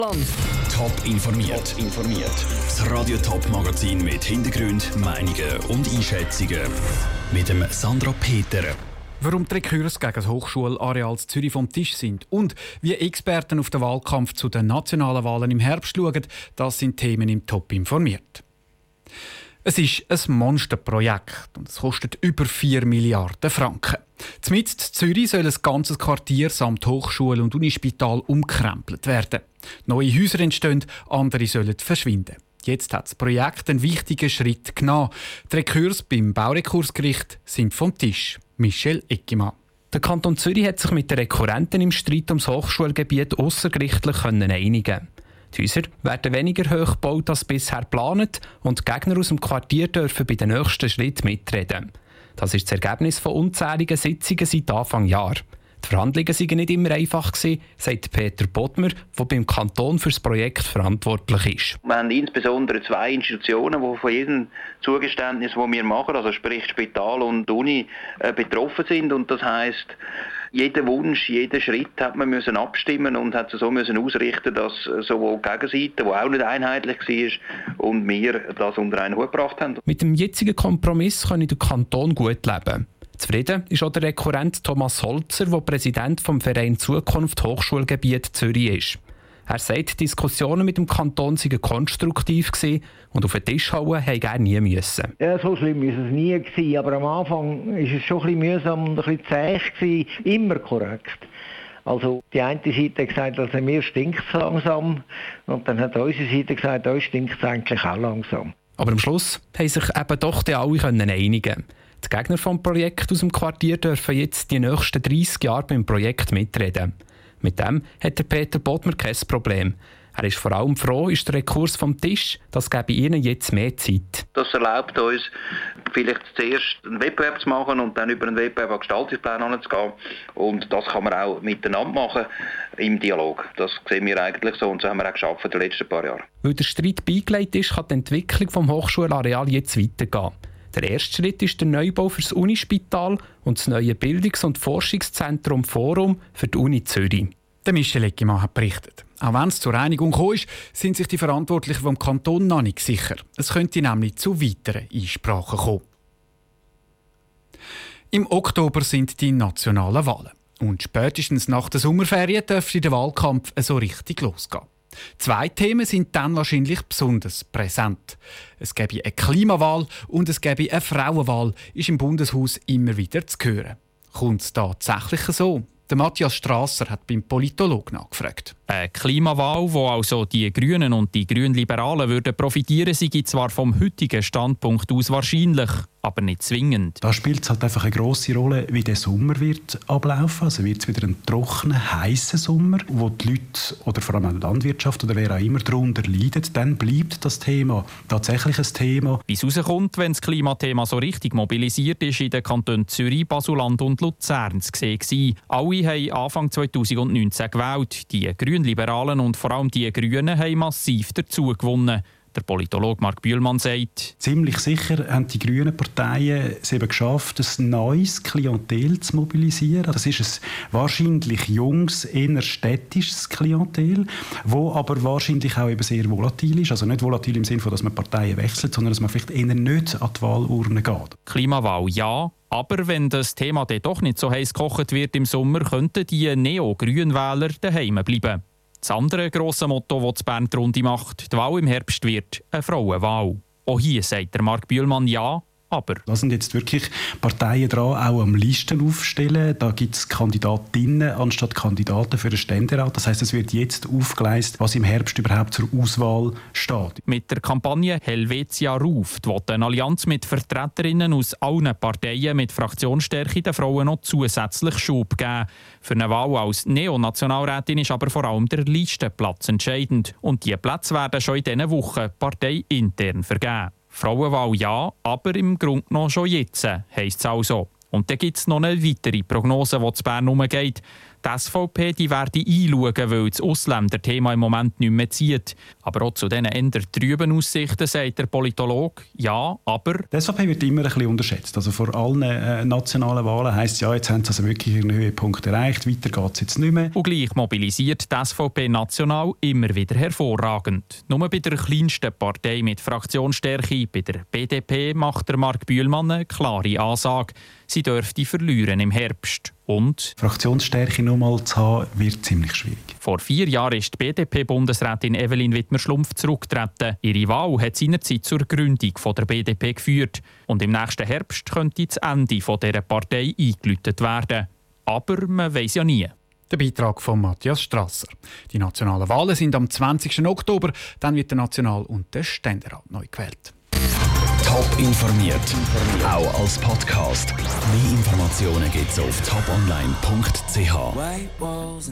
Land. Top informiert. Das Radio Top Magazin mit Hintergrund, Meinungen und Einschätzungen mit dem Sandra Peter. Warum die Rekurs gegen das Hochschulareal Zürich vom Tisch sind und wie Experten auf den Wahlkampf zu den nationalen Wahlen im Herbst schauen, das sind Themen im Top informiert. Es ist ein Monsterprojekt und es kostet über 4 Milliarden Franken. Zumindest in Zürich soll ein ganzes Quartier samt Hochschule und Unispital umkrempelt werden. Neue Häuser entstehen, andere sollen verschwinden. Jetzt hat das Projekt einen wichtigen Schritt genommen. Die Rekurs beim Baurekursgericht sind vom Tisch. Michel Eckimann. Der Kanton Zürich hat sich mit den Rekurrenten im Streit ums Hochschulgebiet aussergerichtlich einigen. Die Häuser werden weniger hoch gebaut als bisher geplant und die Gegner aus dem Quartier dürfen bei den nächsten Schritten mitreden. Das ist das Ergebnis von unzähligen Sitzungen seit Anfang Jahr. Die Verhandlungen waren nicht immer einfach, sagt Peter Bodmer, der beim Kanton für das Projekt verantwortlich ist. Wir haben insbesondere 2 Institutionen, die von jedem Zugeständnis, das wir machen, also sprich Spital und Uni, betroffen sind. Und das heisst, jeden Wunsch, jeden Schritt hat man müssen abstimmen und hat so müssen ausrichten, dass sowohl die Gegenseite, die auch nicht einheitlich war, und wir das unter einen Hut gebracht haben. Mit dem jetzigen Kompromiss kann der Kanton gut leben. Zufrieden ist auch der Rekurrent Thomas Holzer, der Präsident vom Verein Zukunft Hochschulgebiet Zürich ist. Er sagt, die Diskussionen mit dem Kanton seien konstruktiv gewesen und auf den Tisch hauen musste er nie müssen. Ja, so schlimm war es nie gewesen, aber am Anfang war es schon ein bisschen mühsam und ein bisschen zäh gewesen, immer korrekt. Also die eine Seite hat gesagt, also mir stinkt es langsam, und dann hat unsere Seite gesagt, uns stinkt es eigentlich auch langsam. Aber am Schluss haben sich eben doch alle einigen. Die Gegner des Projekts aus dem Quartier dürfen jetzt die nächsten 30 Jahre beim Projekt mitreden. Mit dem hat der Peter Bodmer kein Problem. Er ist vor allem froh, ist der Rekurs vom Tisch, das gebe ihnen jetzt mehr Zeit. Das erlaubt uns, vielleicht zuerst einen Wettbewerb zu machen und dann über einen Wettbewerb an Gestaltungsplan anzugehen. Und das kann man auch miteinander machen, im Dialog. Das sehen wir eigentlich so und so haben wir auch geschafft in den letzten paar Jahren. Weil der Streit beigelegt ist, kann die Entwicklung des Hochschulareals jetzt weitergehen. Der erste Schritt ist der Neubau für das Unispital und das neue Bildungs- und Forschungszentrum Forum für die Uni Zürich. Der Michel Eckimann hat berichtet. Auch wenn es zur Einigung gekommen ist, sind sich die Verantwortlichen vom Kanton noch nicht sicher. Es könnte nämlich zu weiteren Einsprachen kommen. Im Oktober sind die nationalen Wahlen. Und spätestens nach der Sommerferien dürfte der Wahlkampf so richtig losgehen. 2 Themen sind dann wahrscheinlich besonders präsent. Es gäbe eine Klimawahl und es gäbe eine Frauenwahl, ist im Bundeshaus immer wieder zu hören. Kommt es tatsächlich so? Der Matthias Strasser hat beim Politologen nachgefragt. Eine Klimawahl, wo also die Grünen und die Grünliberalen würden profitieren, sei zwar vom heutigen Standpunkt aus wahrscheinlich, aber nicht zwingend. Da spielt es halt einfach eine grosse Rolle, wie der Sommer wird ablaufen. Also wird es wieder ein trockener, heißer Sommer, wo die Leute oder vor allem auch die Landwirtschaft oder wer auch immer darunter leidet. Dann bleibt das Thema tatsächlich ein Thema. Wie es rauskommt, wenn das Klimathema so richtig mobilisiert ist, in den Kantonen Zürich, Basel-Land und Luzern zu sehen. Alle haben Anfang 2019 gewählt. Die Grünliberalen und vor allem die Grünen haben massiv dazu gewonnen. Der Politologe Marc Bühlmann sagt: Ziemlich sicher haben die grünen Parteien es eben geschafft, ein neues Klientel zu mobilisieren. Das ist ein wahrscheinlich junges, eher städtisches Klientel, das aber wahrscheinlich auch eben sehr volatil ist. Also nicht volatil im Sinne von, dass man Parteien wechselt, sondern dass man vielleicht eher nicht an die Wahlurne geht. Klimawahl ja, aber wenn das Thema dann doch nicht so heiß gekocht wird im Sommer, könnten die Neo-Grünwähler daheim bleiben. Das andere grosse Motto, das Bern die Runde macht, die Wahl im Herbst wird eine Frauenwahl. Auch hier sagt der Marc Bühlmann ja, aber. Da sind jetzt wirklich Parteien dran, auch am Listen aufstellen. Da gibt es Kandidatinnen anstatt Kandidaten für den Ständerat. Das heisst, es wird jetzt aufgeleistet, was im Herbst überhaupt zur Auswahl steht. Mit der Kampagne Helvetia ruft, will eine Allianz mit Vertreterinnen aus allen Parteien mit Fraktionsstärke den Frauen noch zusätzlich Schub geben. Für eine Wahl als Neonationalrätin ist aber vor allem der Listenplatz entscheidend. Und diese Plätze werden schon in diesen Wochen parteiintern vergeben. Frauenwahl ja, aber im Grunde noch schon jetzt, heisst es also. Und dann gibt es noch eine weitere Prognose, die zu Bern umgeht. Die SVP die werde einschauen, weil das Ausländerthema im Moment nicht mehr zieht. Aber auch zu diesen eher trüben Aussichten sagt der Politologe, ja, aber... Die SVP wird immer ein bisschen unterschätzt. Also vor allen nationalen Wahlen heisst es, ja, jetzt haben sie also wirklich einen Höhepunkt erreicht, weiter geht es jetzt nicht mehr. Und gleich mobilisiert die SVP national immer wieder hervorragend. Nur bei der kleinsten Partei mit Fraktionsstärke, bei der BDP, macht der Marc Bühlmann eine klare Ansage. Sie dürfte verlieren im Herbst. Und Fraktionsstärke noch mal zu haben, wird ziemlich schwierig. Vor 4 Jahren ist die BDP-Bundesrätin Evelyn Wittmer-Schlumpf zurückgetreten. Ihre Wahl hat seinerzeit zur Gründung der BDP geführt. Und im nächsten Herbst könnte das Ende dieser Partei eingeläutet werden. Aber man weiss ja nie. Der Beitrag von Matthias Strasser. Die nationalen Wahlen sind am 20. Oktober. Dann wird der National- und der Ständerat neu gewählt. Top informiert, auch als Podcast. Mehr Informationen gibt's auf toponline.ch.